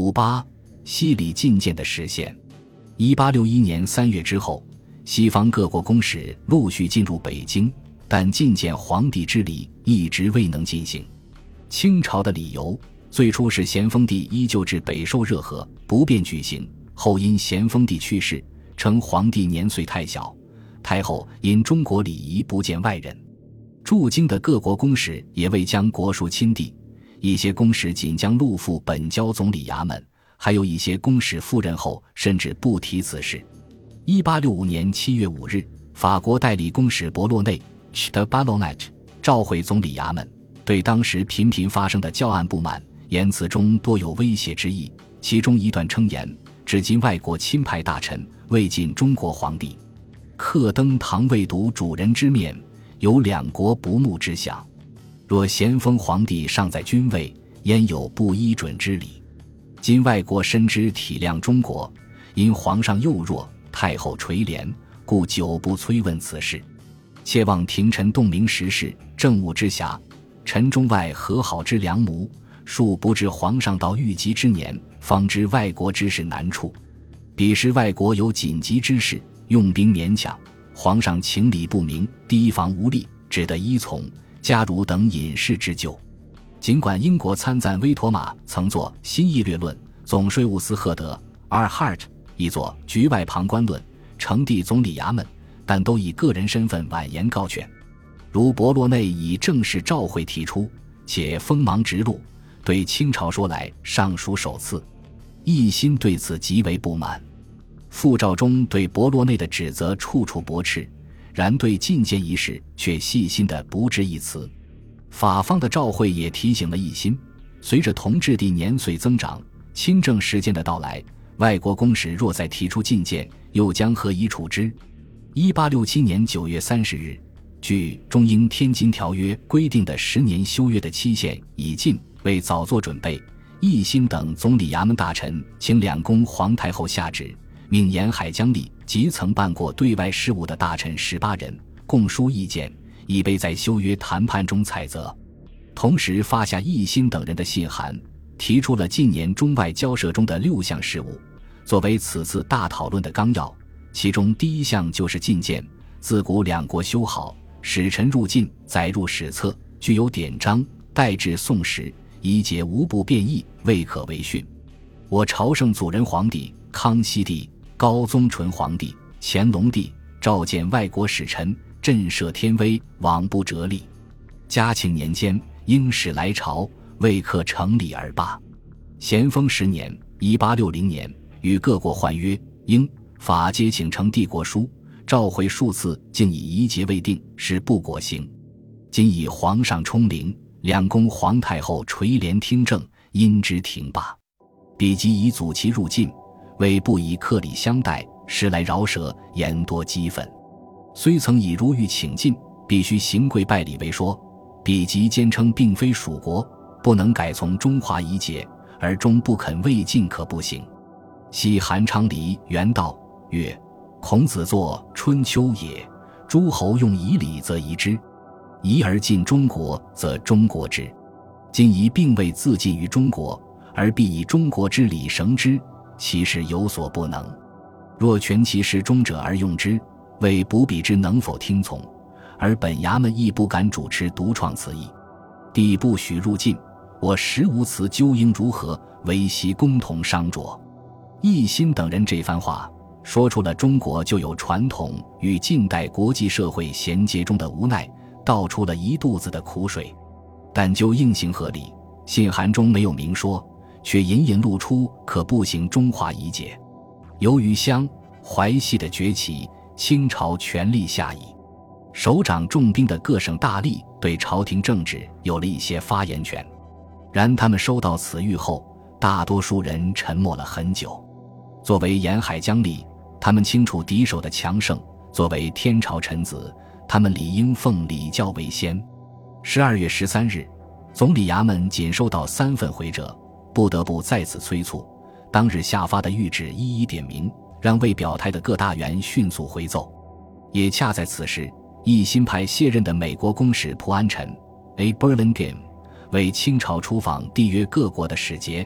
5·8西里禁谏的实现。1861年3月之后，西方各国公使陆续进入北京，但觐见皇帝之礼一直未能进行。清朝的理由最初是咸丰帝依旧至北受热河，不便举行，后因咸丰帝去世，称皇帝年岁太小，太后因中国礼仪不见外人。驻京的各国公使也未将国书亲递，一些公使仅将录付本交总理衙门，还有一些公使赴任后甚至不提此事。1865年7月5日，法国代理公使博洛内 de Ballonnet 召回总理衙门，对当时频频发生的教案不满，言辞中多有威胁之意。其中一段称言，至今外国亲派大臣未进中国皇帝，客登堂未睹主人之面，有两国不睦之象。若咸丰皇帝尚在君位，焉有不依准之理？今外国深知体谅中国，因皇上幼弱，太后垂怜，故久不催问此事。切望廷臣洞明时事，政务之暇，臣中外和好之良谋，庶不至皇上到御急之年，方知外国之事难处。彼时外国有紧急之事，用兵勉强，皇上情理不明，提防无力，只得依从，加如等隐士之救。尽管英国参赞威妥玛曾作《新议略论》，总税务司赫德 R. Hart 亦作《局外旁观论》，呈递总理衙门，但都以个人身份婉言告劝。如博洛内以正式召会提出，且锋芒直露，对清朝说来尚属首次。奕欣对此极为不满。复诏中对博洛内的指责处处驳斥，然对觐见一事却细心地不置一词。法方的诏会也提醒了奕欣，随着同治帝年岁增长，亲政时间的到来，外国公使若再提出觐见，又将何以处之？1867年9月30日，据中英天津条约规定的10年修约的期限已尽，为早作准备，奕欣等总理衙门大臣请两宫皇太后下旨，命沿海将吏及曾办过对外事务的大臣18人共书意见，以备在修约谈判中采择。同时发下奕欣等人的信函，提出了近年中外交涉中的6项事务，作为此次大讨论的纲要。其中第一项就是觐见，自古两国修好，使臣入境载入史册，具有典章，代至宋时，一节无不变异，未可为训。我朝圣祖仁皇帝、康熙帝、高宗纯皇帝、乾隆帝召见外国使臣，震慑天威，罔不折力。嘉庆年间，英使来朝，未可成礼而罢。咸丰10年1860年，与各国换约，英法皆请呈帝国书，召回数次，竟以仪节未定，是不果行。今以皇上冲灵，两宫皇太后垂帘听政，因之停罢。彼即以阻其入境，为不以客礼相待，时来饶舌，言多激愤。虽曾以如欲请进，必须行跪拜礼为说，彼即坚称并非属国，不能改从中华仪节，而终不肯未尽可不行。昔韩昌黎原道曰：孔子作春秋也，诸侯用以礼则夷之，夷而进中国则中国之。今夷并未自尽于中国，而必以中国之礼绳之，其实有所不能。若全其适中者而用之，为不比之能否听从，而本衙门亦不敢主持独创此意。帝不许入境，我实无辞究应如何，唯悉共同商酌。奕欣等人这番话说出了中国就有传统与近代国际社会衔接中的无奈，道出了一肚子的苦水。但就应行合理，信函中没有明说，却隐隐露出可不行中华仪节。由于湘淮系的崛起，清朝权力下移，首长重兵的各省大吏对朝廷政治有了一些发言权。然他们收到此谕后，大多数人沉默了很久。作为沿海将吏，他们清楚敌手的强盛；作为天朝臣子，他们理应奉礼教为先。12月13日，总理衙门仅收到3份回折，不得不再次催促。当日下发的谕旨一一点明，让未表态的各大员迅速回奏。也恰在此时，奕欣派卸任的美国公使蒲安臣 A. Burlingame 为清朝出访缔约各国的使节，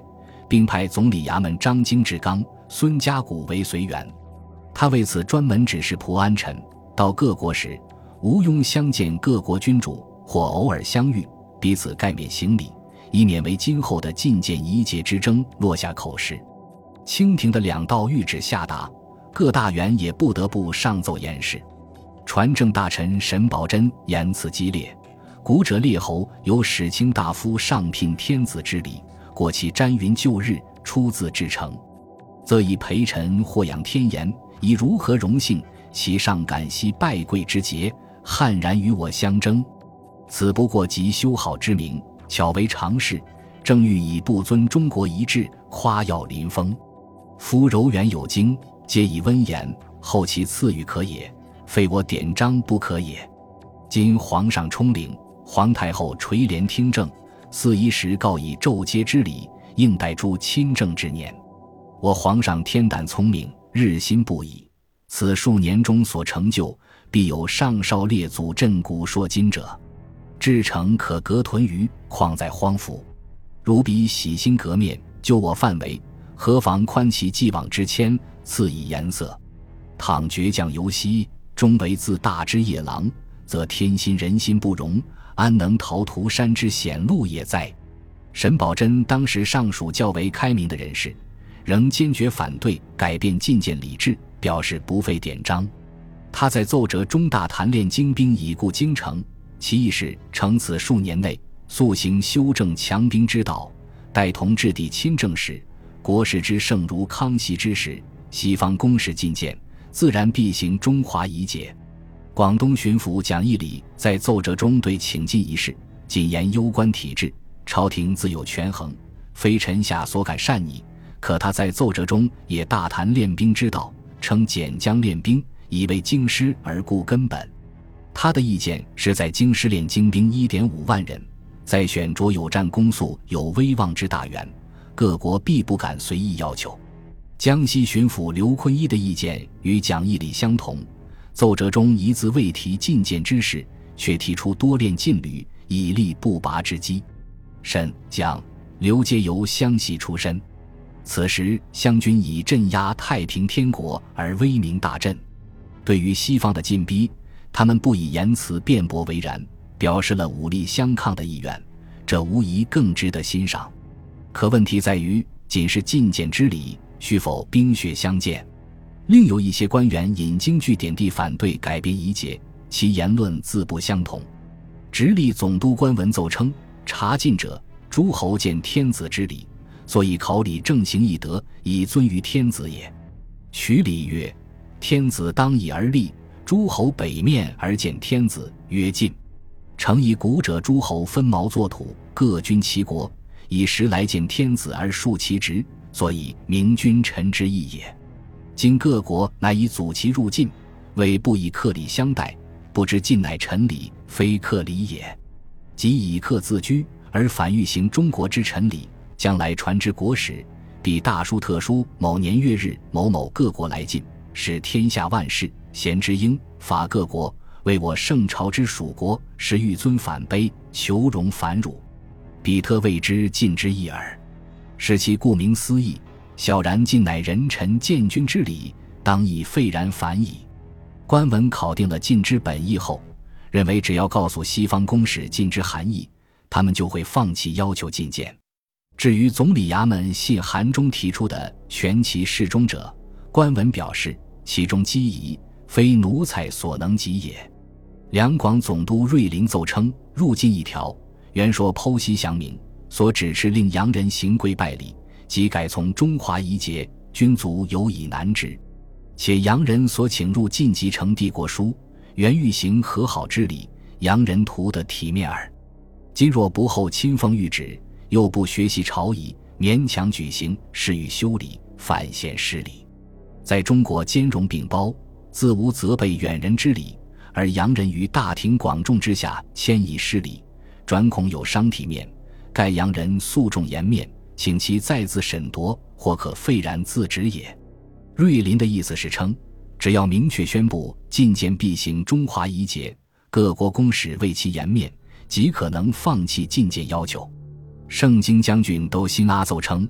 并派总理衙门张京志刚、孙家谷为随员。他为此专门指示蒲安臣，到各国时无庸相见各国君主，或偶尔相遇，彼此盖面行礼，以免为今后的觐见仪节之争落下口实。清廷的2道谕旨下达，各大员也不得不上奏言示。传政大臣沈葆桢言辞激烈，古者列侯由使卿大夫上聘天子之礼，过其瞻云就日，出自至诚，则以陪臣或仰天言，以如何荣幸，其上感惜拜贵之节，悍然与我相争。此不过即修好之名，巧为常事，正欲以不尊中国遗志，夸耀临风。夫柔远有经，皆以温言，后其赐予可也，非我典章不可也。今皇上冲领，皇太后垂帘听政，嗣仪时告以昼接之礼，应待诸亲政之年。我皇上天胆聪明，日新不已，此数年中所成就，必有上少列祖振古说今者。至诚可革屯于，况在荒服？如彼洗心革面，就我范围，何妨宽其既往之谦，赐以颜色。倘倔强游息，终为自大之夜郎，则天心人心不容，安能逃涂山之险路也哉？沈葆桢当时尚属较为开明的人士，仍坚决反对改变进谏礼制，表示不废典章。他在奏折中大谈练精兵以固京城，其意是乘此数年内速行修正强兵之道，待同治地亲政时，国事之盛如康熙之时，西方公使进谏，自然必行中华仪节。广东巡抚蒋义礼在奏折中对请进一事，仅言攸关体制，朝廷自有权衡，非臣下所敢擅拟。可他在奏折中也大谈练兵之道，称简将练兵，以为京师而固根本。他的意见是在京师练精兵 1.5 万人，再选着有战功速有威望之大员，各国必不敢随意要求。江西巡抚刘坤一的意见与蒋义礼相同，奏折中一字未提进谏之事，却提出多练劲旅，以立不拔之机。沈、蒋、刘皆由湘系出身，此时湘军以镇压太平天国而威名大振。对于西方的进逼，他们不以言辞辩驳为然，表示了武力相抗的意愿，这无疑更值得欣赏。可问题在于，仅是进谏之礼，须否冰雪相见？另有一些官员引经据典地反对改变仪节，其言论自不相同。直隶总督官文奏称，察进者，诸侯见天子之礼，所以考礼正行义德，以尊于天子也。曲礼曰：天子当以而立，诸侯北面而见天子，曰晋。诚以古者诸侯分毛作土，各君其国，以时来见天子而述其职，所以明君臣之意也。今各国乃以祖其入晋，为不以客礼相待，不知晋乃臣礼，非客礼也。即以客自居，而反欲行中国之臣礼，将来传之国史，必大书特书某年月日某某各国来晋，使天下万事贤之英法各国为我圣朝之属国，是欲尊反卑，求荣反辱，彼特谓之晋之意耳。是其顾名思义，小然晋乃人臣见君之礼，当亦废然反矣。官文考定了晋之本意后，认为只要告诉西方公使晋之含义，他们就会放弃要求进谏。至于总理衙门信函中提出的全其适中者，官文表示其中机宜，非奴才所能及也。两广总督瑞麟奏称，入晋一条原说剖析详明，所指是令洋人行跪拜礼，即改从中华仪节，君族有以难之。且洋人所请入晋即成帝国书，原欲行和好之礼，洋人图得体面耳。今若不厚亲奉谕旨，又不学习朝仪，勉强举行，是欲修礼，反显失礼。在中国兼容并包，自无责备远人之礼，而洋人于大庭广众之下迁移失礼，转恐有伤体面，盖洋人诉重颜面，请其再自审夺，或可废然自止也。瑞麟的意思是称，只要明确宣布进谏必行中华仪节，各国公使为其颜面，即可能放弃进谏要求。盛京将军都辛阿奏称，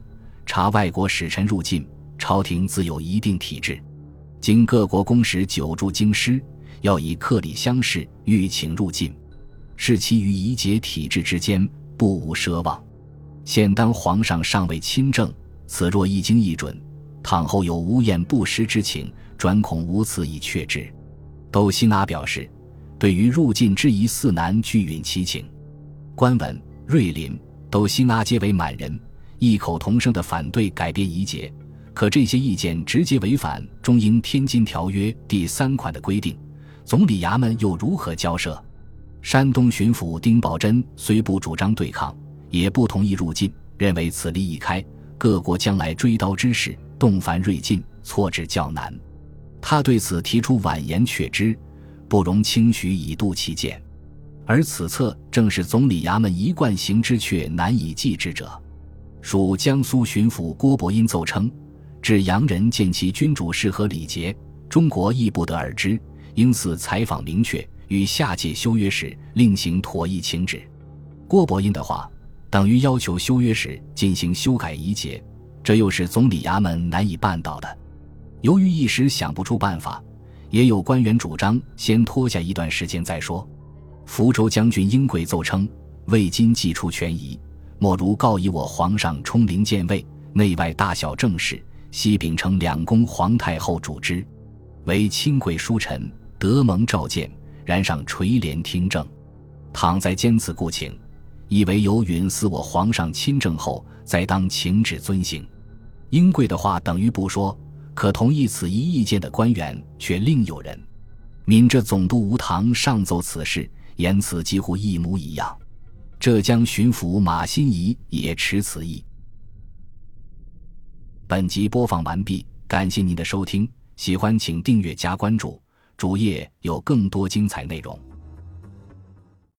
查外国使臣入境，朝廷自有一定体制。经各国公使久驻京师，要以客礼相视，欲请入境，是其于仪节体制之间，不无奢望。现当皇上尚未亲政，此若一经议准，倘后有无厌不实之情，转恐无此以确之。窦希纳表示，对于入境之疑似难具允其情。官文、瑞林、窦希纳皆为满人，异口同声地反对改变仪节，可这些意见直接违反中英天津条约第3款的规定，总理衙门又如何交涉？山东巡抚丁宝桢虽不主张对抗，也不同意入境，认为此例一开，各国将来追刀之势，动凡锐进，挫之较难。他对此提出婉言却之，不容轻许以度其见。而此策正是总理衙门一贯行之却难以继之者。属江苏巡抚郭伯音奏称，至洋人见其君主事和礼节，中国亦不得而知，应似采访明确，与下届修约时另行妥议请旨。郭伯音的话等于要求修约时进行修改仪节，这又是总理衙门难以办到的。由于一时想不出办法，也有官员主张先拖下一段时间再说。福州将军英贵奏称，未今既出权宜，莫如告以我皇上冲灵建位，内外大小政事，悉秉承两宫皇太后主之，为亲贵殊臣，得蒙召见，然上垂帘听政。倘在坚此故请，以为有允嗣我皇上亲政后，再当请旨遵行。英贵的话等于不说，可同意此一意见的官员却另有人。闽浙总督吴唐上奏此事，言辞几乎一模一样。浙江巡抚马新贻也持此意。本集播放完毕，感谢您的收听，喜欢请订阅加关注，主页有更多精彩内容。